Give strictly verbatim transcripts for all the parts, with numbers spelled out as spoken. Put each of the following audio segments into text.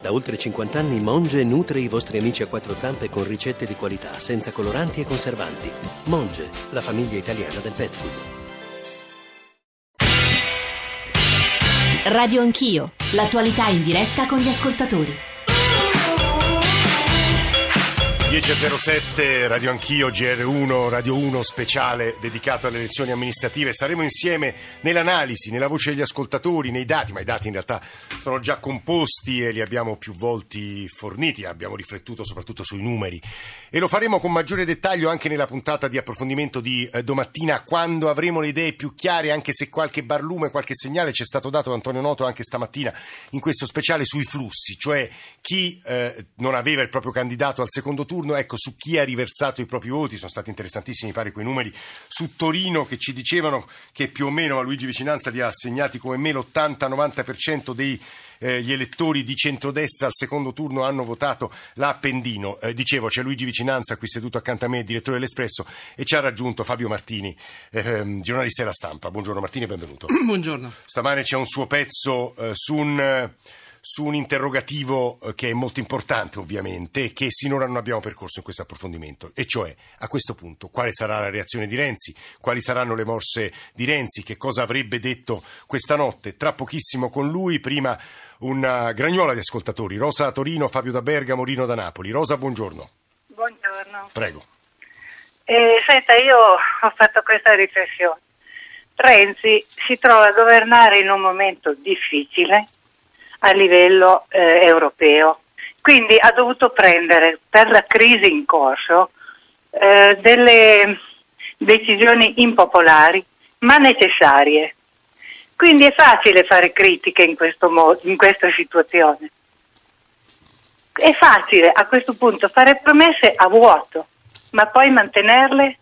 Da oltre cinquanta anni Monge nutre i vostri amici a quattro zampe con ricette di qualità, senza coloranti e conservanti. Monge, la famiglia italiana del pet food. Radio Anch'io, l'attualità in diretta con gli ascoltatori. dieci e zero sette, Radio Anch'io, G R uno, Radio uno speciale dedicato alle elezioni amministrative. Saremo insieme nell'analisi, nella voce degli ascoltatori, nei dati, ma i dati in realtà sono già composti e li abbiamo più volte forniti, abbiamo riflettuto soprattutto sui numeri e lo faremo con maggiore dettaglio anche nella puntata di approfondimento di eh, domattina, quando avremo le idee più chiare, anche se qualche barlume, qualche segnale ci è stato dato da Antonio Noto anche stamattina in questo speciale sui flussi, cioè chi eh, non aveva il proprio candidato al secondo turno. Ecco, su chi ha riversato i propri voti, sono stati interessantissimi, pare, quei numeri su Torino che ci dicevano che più o meno a Luigi Vicinanza li ha assegnati come me l'ottanta novanta per cento degli eh, elettori di centrodestra al secondo turno hanno votato l'Appendino. Eh, dicevo, c'è Luigi Vicinanza qui seduto accanto a me, direttore dell'Espresso, e ci ha raggiunto Fabio Martini, eh, giornalista della Stampa. Buongiorno Martini, benvenuto. Buongiorno. Stamane c'è un suo pezzo eh, su un... su un interrogativo che è molto importante ovviamente e che sinora non abbiamo percorso in questo approfondimento, e cioè a questo punto quale sarà la reazione di Renzi, quali saranno le morse di Renzi, che cosa avrebbe detto questa notte. Tra pochissimo con lui, prima una gragnola di ascoltatori, Rosa da Torino, Fabio da Bergamo, Rino da Napoli. Rosa, buongiorno. Buongiorno. Prego. Eh, senta, io ho fatto questa riflessione. Renzi si trova a governare in un momento difficile a livello eh, europeo, quindi ha dovuto prendere per la crisi in corso eh, delle decisioni impopolari ma necessarie, quindi è facile fare critiche in questo modo, in questa situazione, è facile a questo punto fare promesse a vuoto ma poi mantenerle.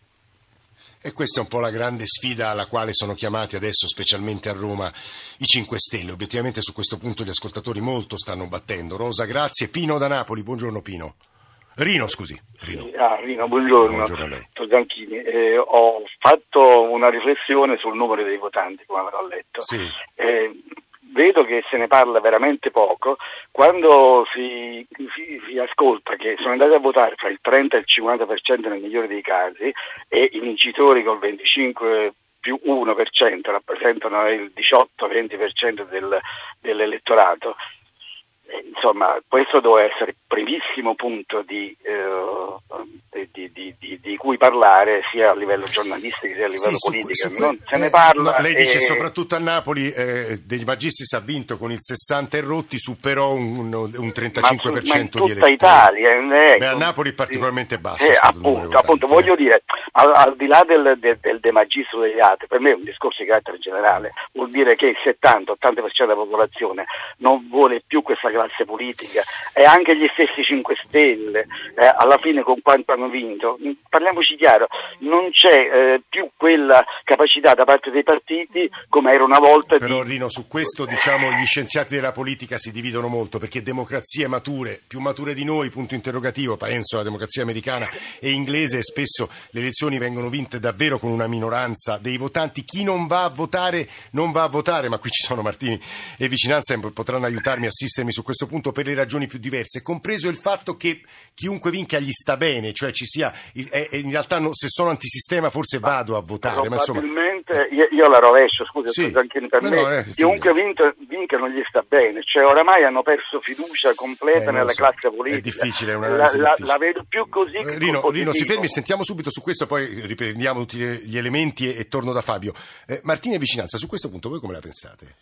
E questa è un po' la grande sfida alla quale sono chiamati adesso, specialmente a Roma, i cinque Stelle. Obiettivamente su questo punto gli ascoltatori molto stanno battendo. Rosa, grazie. Pino da Napoli, buongiorno Pino. Rino, scusi. Rino, ah, Rino buongiorno. Buongiorno a lei. Zanchini. Eh, ho fatto una riflessione sul numero dei votanti, come avrò letto. Sì. Eh, vedo che se ne parla veramente poco. Quando si, si, si ascolta che sono andati a votare fra il trenta e il cinquanta per cento nel migliore dei casi, e i vincitori col venticinque più uno per cento rappresentano il diciotto venti per cento del, dell'elettorato, eh, insomma questo deve essere il primissimo punto di, eh, di, di, di, di cui parlare sia a livello giornalistico sia a livello sì, politico. Su, su non que- se ne eh, parla. No, lei dice e... soprattutto a Napoli eh, degli Magistris ha vinto con il sessanta e rotti, superò un, un trentacinque per cento ma su, di ma in tutta elettori. Italia, eh, Beh, a Napoli è particolarmente sì, basso. Eh, appunto, appunto voglio dire, al, al di là del, del, del De Magistro degli altri, per me è un discorso di carattere generale, vuol dire che il settanta ottanta per cento della popolazione non vuole più questa classe politica, e anche gli stessi cinque Stelle, eh, alla fine con quanto hanno vinto, parliamoci chiaro, non c'è eh, più quella capacità da parte dei partiti come era una volta. Però di... Rino, su questo diciamo gli scienziati della politica si dividono molto, perché democrazie mature, più mature di noi, punto interrogativo, penso alla democrazia americana e inglese, spesso le elezioni vengono vinte davvero con una minoranza dei votanti. Chi non va a votare non va a votare, ma qui ci sono Martini e Vicinanza e potranno aiutarmi, assistermi su questo punto per le ragioni più diverse, compreso il fatto che chiunque vinca gli sta bene, cioè ci sia, in realtà no, se sono antisistema forse vado a votare, ma insomma probabilmente io, io la rovescio, scusa, sì. anche per no, me no, eh, chiunque vinca, vinca non gli sta bene, cioè oramai hanno perso fiducia completa eh, nella so. classe politica. È difficile, è una la, la, la vedo più così che Rino, Rino si fermi, sentiamo subito su questo, poi riprendiamo tutti gli elementi e, e torno da Fabio. eh, Martini e Vicinanza, su questo punto voi come la pensate?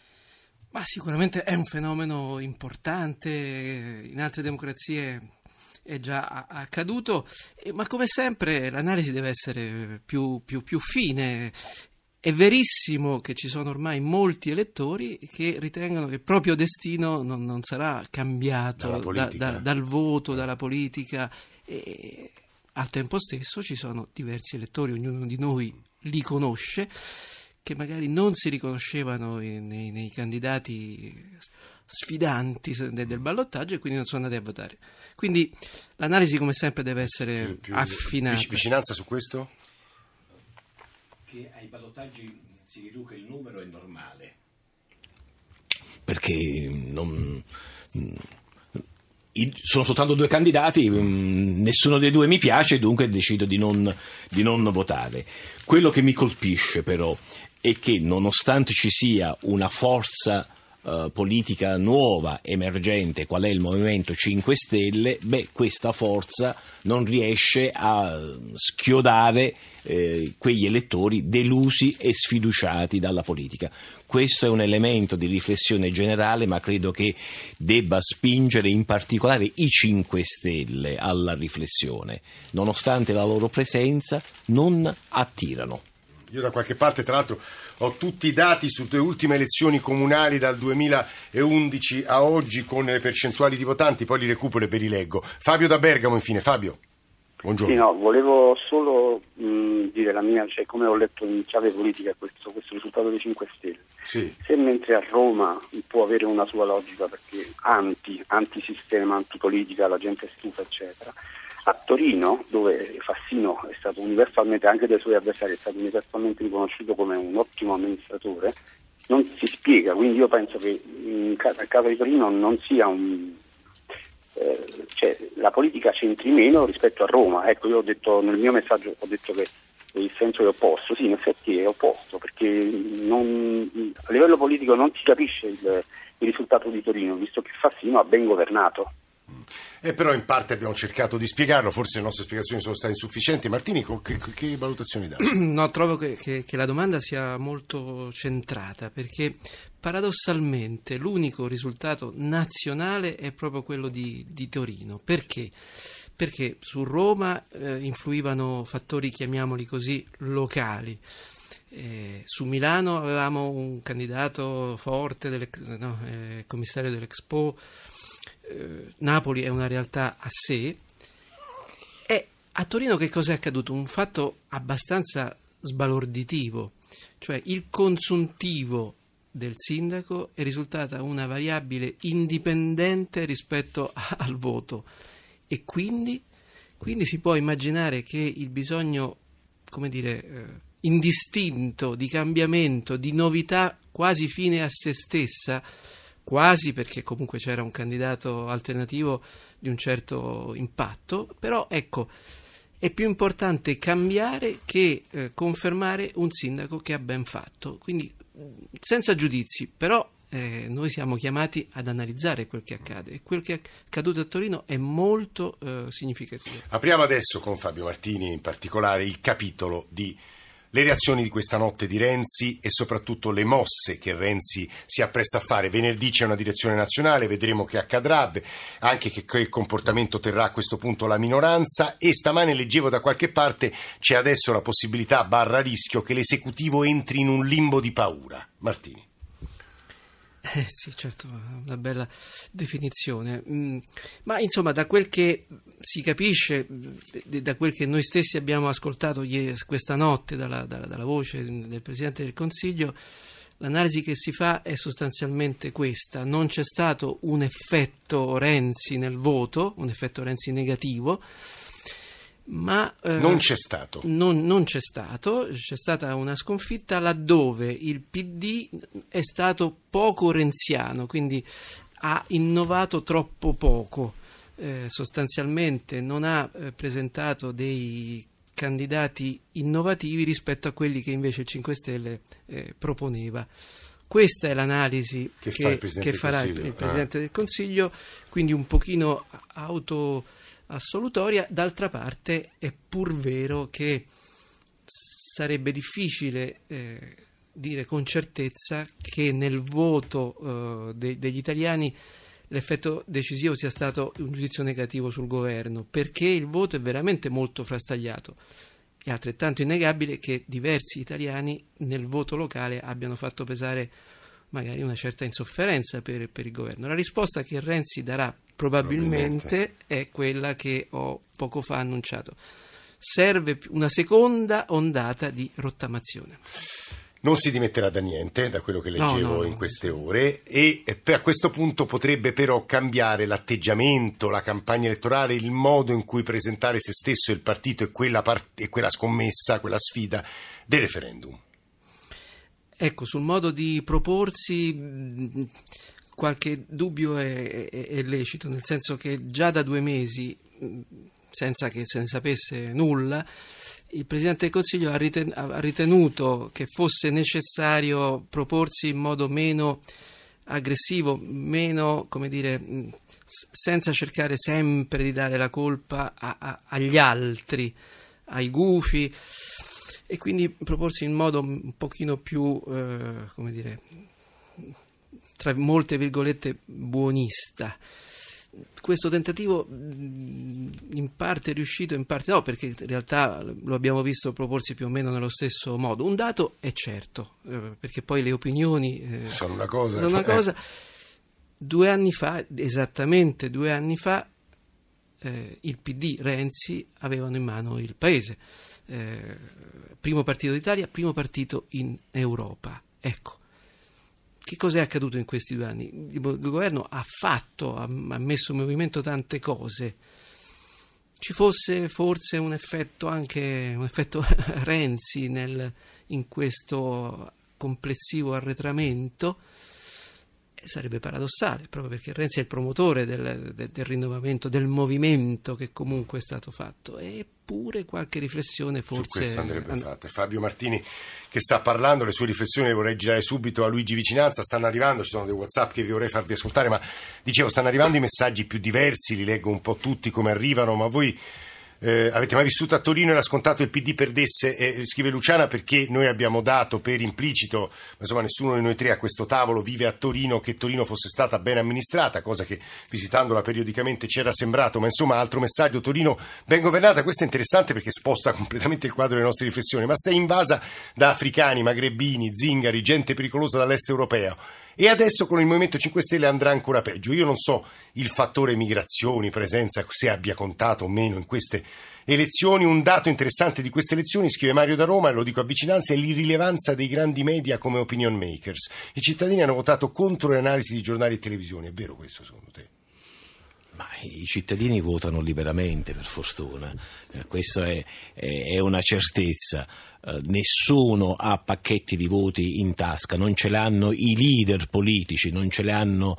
Ma sicuramente è un fenomeno importante, in altre democrazie è già accaduto, ma come sempre l'analisi deve essere più, più, più fine. È verissimo che ci sono ormai molti elettori che ritengono che il proprio destino non, non sarà cambiato da, da, dal voto, dalla politica, e al tempo stesso ci sono diversi elettori, ognuno di noi li conosce, che magari non si riconoscevano nei, nei candidati sfidanti del, del ballottaggio e quindi non sono andati a votare. Quindi l'analisi come sempre deve essere più, più affinata. Vicinanza su questo? Che ai ballottaggi si riduca il numero è normale, perché non, sono soltanto due candidati, nessuno dei due mi piace, dunque decido di non, di non votare. Quello che mi colpisce però è che nonostante ci sia una forza Uh, politica nuova, emergente, qual è il Movimento cinque Stelle, beh, questa forza non riesce a schiodare eh, quegli elettori delusi e sfiduciati dalla politica. Questo è un elemento di riflessione generale, ma credo che debba spingere in particolare i cinque Stelle alla riflessione. Nonostante la loro presenza, non attirano. Io da qualche parte, tra l'altro, ho tutti i dati sulle ultime elezioni comunali dal duemilaundici a oggi con le percentuali di votanti, poi li recupero e ve li leggo. Fabio da Bergamo, infine. Fabio, buongiorno. Sì, no, volevo solo mh, dire la mia, cioè come ho letto in chiave politica questo, questo risultato dei cinque Stelle. Sì. Se mentre a Roma può avere una sua logica perché anti, antisistema, antipolitica, la gente è stufa, eccetera, a Torino, dove Fassino è stato universalmente, anche dai suoi avversari, è stato universalmente riconosciuto come un ottimo amministratore, non si spiega. Quindi io penso che in ca- nel caso di Torino non sia un... Eh, cioè la politica c'entri meno rispetto a Roma. Ecco, io ho detto nel mio messaggio, ho detto che il senso è opposto. Sì, in effetti è opposto, perché non, a livello politico non si capisce il, il risultato di Torino, visto che Fassino ha ben governato. E però in parte abbiamo cercato di spiegarlo, forse le nostre spiegazioni sono state insufficienti. Martini, che, che valutazioni dà? No, trovo che, che, che la domanda sia molto centrata, perché paradossalmente l'unico risultato nazionale è proprio quello di, di Torino. Perché? Perché su Roma eh, influivano fattori, chiamiamoli così, locali. Eh, su Milano avevamo un candidato forte, no, eh, commissario dell'Expo. Napoli è una realtà a sé. E a Torino che cosa è accaduto? Un fatto abbastanza sbalorditivo, cioè il consuntivo del sindaco è risultata una variabile indipendente rispetto al voto, e quindi, quindi si può immaginare che il bisogno, come dire, eh, indistinto di cambiamento, di novità quasi fine a se stessa, quasi, perché comunque c'era un candidato alternativo di un certo impatto, però ecco, è più importante cambiare che eh, confermare un sindaco che ha ben fatto. Quindi senza giudizi, però eh, noi siamo chiamati ad analizzare quel che accade, e quel che è accaduto a Torino è molto eh, significativo. Apriamo adesso con Fabio Martini in particolare il capitolo di le reazioni di questa notte di Renzi e soprattutto le mosse che Renzi si appresta a fare. Venerdì c'è una direzione nazionale, vedremo che accadrà, anche che, che comportamento terrà a questo punto la minoranza, e stamane leggevo da qualche parte c'è adesso la possibilità barra rischio che l'esecutivo entri in un limbo di paura. Martini. Eh sì, certo, una bella definizione. Mm, ma insomma, da quel che si capisce, da quel che noi stessi abbiamo ascoltato ieri, questa notte dalla, dalla, dalla voce del Presidente del Consiglio, l'analisi che si fa è sostanzialmente questa: non c'è stato un effetto Renzi nel voto, un effetto Renzi negativo, ma eh, non c'è stato. Non, non c'è stato, c'è stata una sconfitta laddove il P D è stato poco renziano, quindi ha innovato troppo poco, eh, sostanzialmente non ha eh, presentato dei candidati innovativi rispetto a quelli che invece il cinque Stelle eh, proponeva. Questa è l'analisi che, che, fa il che farà il, il Presidente ah. del Consiglio, quindi un pochino auto assolutoria. D'altra parte è pur vero che sarebbe difficile eh, dire con certezza che nel voto eh, de- degli italiani l'effetto decisivo sia stato un giudizio negativo sul governo, perché il voto è veramente molto frastagliato. È altrettanto innegabile che diversi italiani nel voto locale abbiano fatto pesare magari una certa insofferenza per, per il governo. La risposta che Renzi darà probabilmente, probabilmente è quella che ho poco fa annunciato: serve una seconda ondata di rottamazione. Non si dimetterà da niente, da quello che leggevo no, no, in no. queste ore, e a questo punto potrebbe però cambiare l'atteggiamento, la campagna elettorale, il modo in cui presentare se stesso e il partito e quella, part- e quella scommessa, quella sfida del referendum. Ecco, sul modo di proporsi, qualche dubbio è, è, è lecito, nel senso che già da due mesi, senza che se ne sapesse nulla, il Presidente del Consiglio ha, riten- ha ritenuto che fosse necessario proporsi in modo meno aggressivo, meno, come dire, senza cercare sempre di dare la colpa a, a, agli altri, ai gufi, e quindi proporsi in modo un pochino più, eh, come dire, tra molte virgolette, buonista. Questo tentativo in parte è riuscito, in parte no, perché in realtà lo abbiamo visto proporsi più o meno nello stesso modo. Un dato è certo, eh, perché poi le opinioni eh, sono una cosa. Sono una cosa. Due anni fa, esattamente due anni fa, eh, il P D, Renzi, avevano in mano il paese. Eh, primo partito d'Italia, primo partito in Europa. Ecco. Che cosa è accaduto in questi due anni? Il governo ha fatto, ha messo in movimento tante cose. Ci fosse forse un effetto anche, un effetto Renzi nel, in questo complessivo arretramento? Eh, sarebbe paradossale, proprio perché Renzi è il promotore del, del, del rinnovamento, del movimento che comunque è stato fatto. Eppure qualche riflessione forse... Su questo andrebbe and- fatta. Fabio Martini che sta parlando, le sue riflessioni le vorrei girare subito a Luigi Vicinanza. Stanno arrivando, ci sono dei WhatsApp che vi vorrei farvi ascoltare, ma dicevo, stanno arrivando i messaggi più diversi, li leggo un po' tutti come arrivano, ma voi eh, avete mai vissuto a Torino e era scontato il P D perdesse? Eh, scrive Luciana, perché noi abbiamo dato per implicito, ma insomma nessuno di noi tre a questo tavolo vive a Torino, che Torino fosse stata ben amministrata, cosa che visitandola periodicamente ci era sembrato, ma insomma altro messaggio: Torino ben governata. Questo è interessante perché sposta completamente il quadro delle nostre riflessioni. Ma sei invasa da africani, magrebini, zingari, gente pericolosa dall'est europeo, e adesso con il Movimento cinque Stelle andrà ancora peggio. Io non so il fattore migrazioni, presenza, se abbia contato o meno in queste elezioni. Un dato interessante di queste elezioni, scrive Mario da Roma, e lo dico a Vicinanza, è l'irrilevanza dei grandi media come opinion makers. I cittadini hanno votato contro le analisi di giornali e televisioni. È vero questo, secondo te? Ma i cittadini votano liberamente, per fortuna, eh, questa è, è, è una certezza. Uh, nessuno ha pacchetti di voti in tasca, non ce l'hanno i leader politici, non ce l'hanno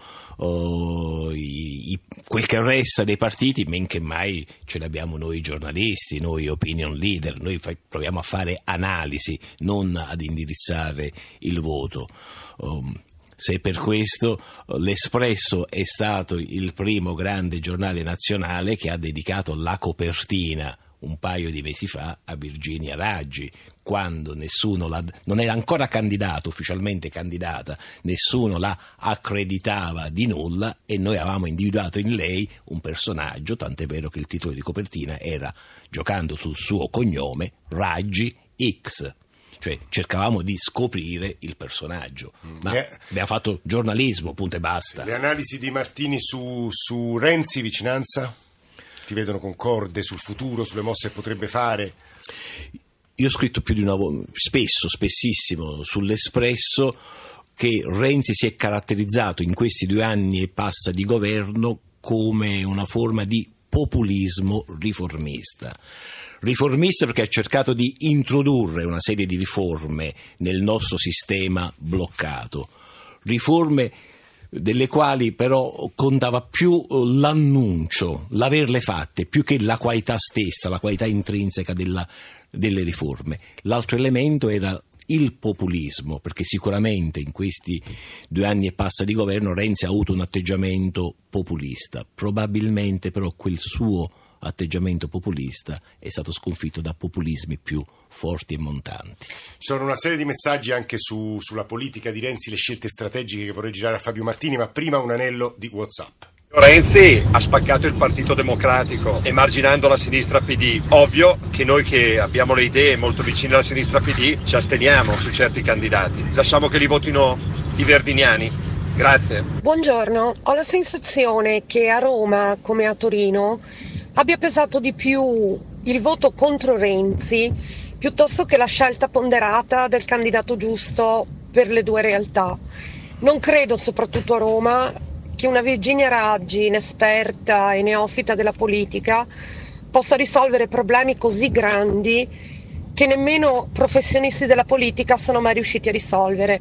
uh, i, i, quel che resta dei partiti, men che mai ce l'abbiamo noi giornalisti, noi opinion leader. Noi fa, proviamo a fare analisi, non ad indirizzare il voto. Um, Se per questo l'Espresso è stato il primo grande giornale nazionale che ha dedicato la copertina un paio di mesi fa a Virginia Raggi, quando nessuno la, non era ancora candidato, ufficialmente candidata, nessuno la accreditava di nulla, e noi avevamo individuato in lei un personaggio, tant'è vero che il titolo di copertina era, giocando sul suo cognome, Raggi X. Cioè cercavamo di scoprire il personaggio, ma eh, abbiamo fatto giornalismo, punto e basta. Le analisi di Martini su, su Renzi, Vicinanza? Ti vedono concorde sul futuro, sulle mosse che potrebbe fare? Io ho scritto più di una volta, spesso, spessissimo, sull'Espresso, che Renzi si è caratterizzato in questi due anni e passa di governo come una forma di populismo riformista. Riformista perché ha cercato di introdurre una serie di riforme nel nostro sistema bloccato, riforme delle quali però contava più l'annuncio, l'averle fatte, più che la qualità stessa, la qualità intrinseca della, delle riforme. L'altro elemento era il populismo, perché sicuramente in questi due anni e passa di governo Renzi ha avuto un atteggiamento populista, probabilmente però quel suo atteggiamento populista è stato sconfitto da populismi più forti e montanti. Ci sono una serie di messaggi anche su, sulla politica di Renzi, le scelte strategiche, che vorrei girare a Fabio Martini, ma prima un anello di WhatsApp. Renzi ha spaccato il Partito Democratico emarginando la sinistra P D. Ovvio che noi che abbiamo le idee molto vicine alla sinistra P D ci asteniamo su certi candidati. Lasciamo che li votino i verdiniani. Grazie. Buongiorno, ho la sensazione che a Roma, come a Torino, abbia pesato di più il voto contro Renzi piuttosto che la scelta ponderata del candidato giusto per le due realtà. Non credo, soprattutto a Roma, che una Virginia Raggi, inesperta e neofita della politica, possa risolvere problemi così grandi che nemmeno professionisti della politica sono mai riusciti a risolvere.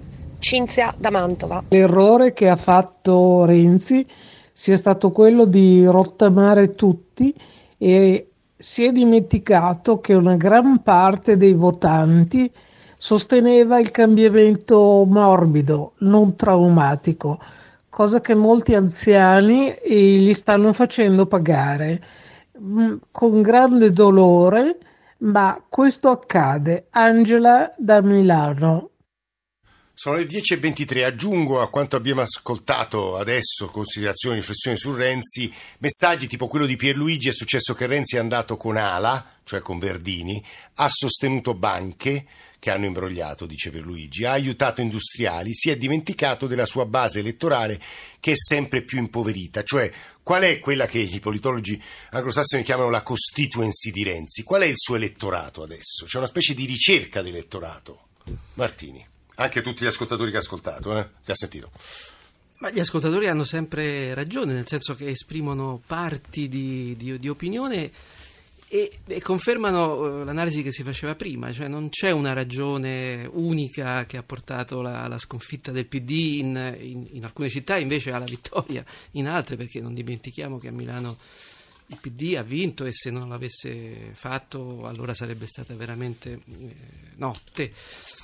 Cinzia da Mantova. L'errore che ha fatto Renzi sia stato quello di rottamare tutti e si è dimenticato che una gran parte dei votanti sosteneva il cambiamento morbido, non traumatico, cosa che molti anziani gli stanno facendo pagare con grande dolore, ma questo accade. Angela da Milano. Sono le dieci e ventitré, aggiungo a quanto abbiamo ascoltato adesso, considerazioni, riflessioni su Renzi, messaggi tipo quello di Pierluigi: è successo che Renzi è andato con Ala, cioè con Verdini, ha sostenuto banche che hanno imbrogliato, dice Pierluigi, ha aiutato industriali, si è dimenticato della sua base elettorale che è sempre più impoverita, cioè qual è quella che i politologi anglosassoni chiamano la constituency di Renzi, qual è il suo elettorato adesso? C'è una specie di ricerca di elettorato. Martini. Anche tutti gli ascoltatori che ha ascoltato, eh? che ha sentito. Ma gli ascoltatori hanno sempre ragione, nel senso che esprimono parti di, di, di opinione e, e confermano uh, l'analisi che si faceva prima, cioè non c'è una ragione unica che ha portato la, la sconfitta del P D in, in, in alcune città, invece alla vittoria in altre, perché non dimentichiamo che a Milano il P D ha vinto e se non l'avesse fatto allora sarebbe stata veramente eh, notte.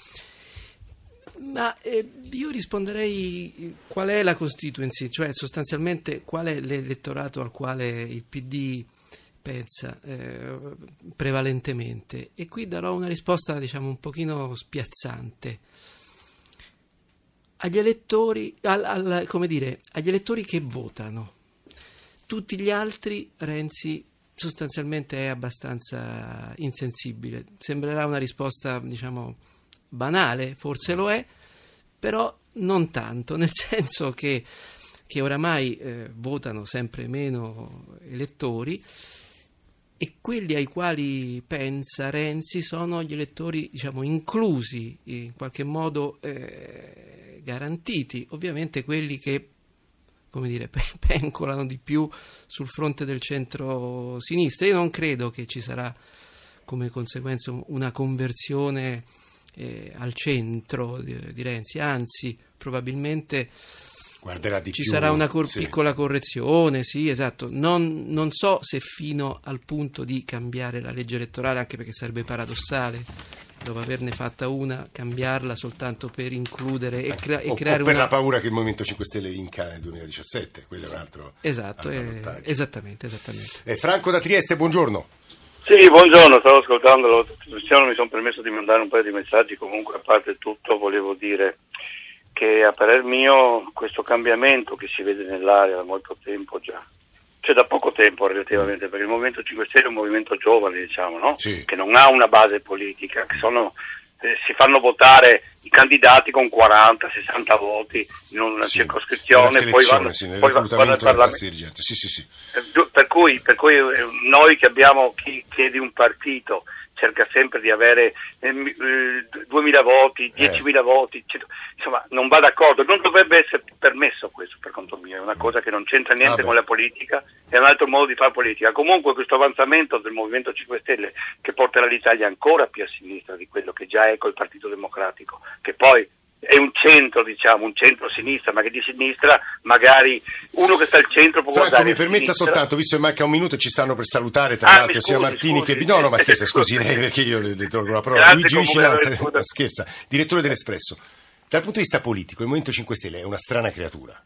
Ma eh, io risponderei qual è la constituency, cioè sostanzialmente qual è l'elettorato al quale il P D pensa eh, prevalentemente, e qui darò una risposta diciamo un pochino spiazzante. Agli elettori, al, al, come dire, agli elettori che votano. Tutti gli altri Renzi sostanzialmente è abbastanza insensibile. Sembrerà una risposta diciamo banale, forse lo è, però non tanto, nel senso che, che oramai eh, votano sempre meno elettori e quelli ai quali pensa Renzi sono gli elettori diciamo inclusi, in qualche modo eh, garantiti, ovviamente quelli che come dire, pencolano di più sul fronte del centro-sinistra. Io non credo che ci sarà come conseguenza una conversione Eh, al centro di, di Renzi, anzi probabilmente guarderà di ci più, sarà una cor- sì. piccola correzione, sì, esatto. Non, non so se fino al punto di cambiare la legge elettorale, anche perché sarebbe paradossale dopo averne fatta una cambiarla soltanto per includere e, crea- e o, creare o per una... la paura che il Movimento cinque Stelle vinca nel duemiladiciassette, quello è un altro esatto, altro eh, esattamente, esattamente. E Franco da Trieste, buongiorno. Sì, buongiorno, stavo ascoltando la trasmissione, mi sono permesso di mandare un paio di messaggi. Comunque, a parte tutto, volevo dire che a parer mio questo cambiamento che si vede nell'area da molto tempo già, cioè da poco tempo relativamente, perché il Movimento cinque Stelle è un movimento giovane, diciamo, no? Sì. Che non ha una base politica, che sono eh, si fanno votare i candidati con quaranta sessanta voti in una sì, circoscrizione, poi vanno, sì, poi vanno al Parlamento. Sì, sì, sì. Per cui, per cui noi che abbiamo, chi, chi è di un partito cerca sempre di avere eh, duemila voti, diecimila eh. voti, insomma non va d'accordo, non dovrebbe essere permesso questo per conto mio, è una cosa che non c'entra niente ah, con la politica, è un altro modo di fare politica. Comunque questo avanzamento del Movimento cinque Stelle che porterà l'Italia ancora più a sinistra di quello che già è col Partito Democratico, che poi è un centro, diciamo, un centro-sinistra, ma che di sinistra magari uno che sta al centro può Franco, guardare mi permetta sinistra. Soltanto, visto che manca un minuto e ci stanno per salutare, tra ah, l'altro, scusi, sia Martini scusi. che... No, no, ma scherza, scusi lei, perché io le, le tolgo la parola. Grazie, Luigi Vicinanza, comunque, scherza, direttore dell'Espresso. Dal punto di vista politico, il Movimento cinque Stelle è una strana creatura.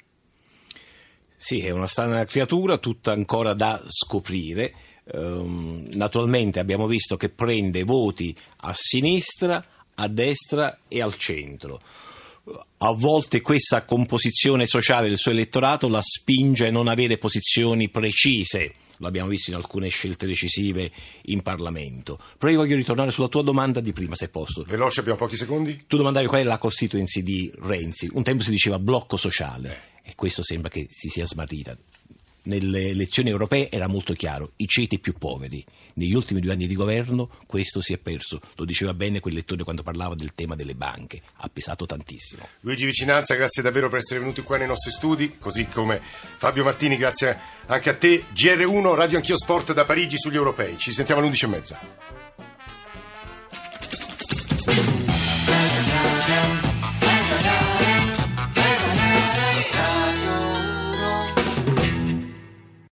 Sì, è una strana creatura, tutta ancora da scoprire. Um, naturalmente abbiamo visto che prende voti a sinistra, a destra e al centro. A volte questa composizione sociale del suo elettorato la spinge a non avere posizioni precise, lo abbiamo visto in alcune scelte decisive in Parlamento. Però io voglio ritornare sulla tua domanda di prima, se posso. Veloce, abbiamo pochi secondi. Tu domandavi qual è la constituency di Renzi. Un tempo si diceva blocco sociale e questo sembra che si sia smarrita. Nelle elezioni europee era molto chiaro, i ceti più poveri. Negli ultimi due anni di governo questo si è perso, lo diceva bene quel lettore quando parlava del tema delle banche, ha pesato tantissimo. Luigi Vicinanza, grazie davvero per essere venuti qua nei nostri studi, così come Fabio Martini, grazie anche a te. G R uno, Radio Anch'io Sport da Parigi sugli europei, ci sentiamo alle undici e mezza.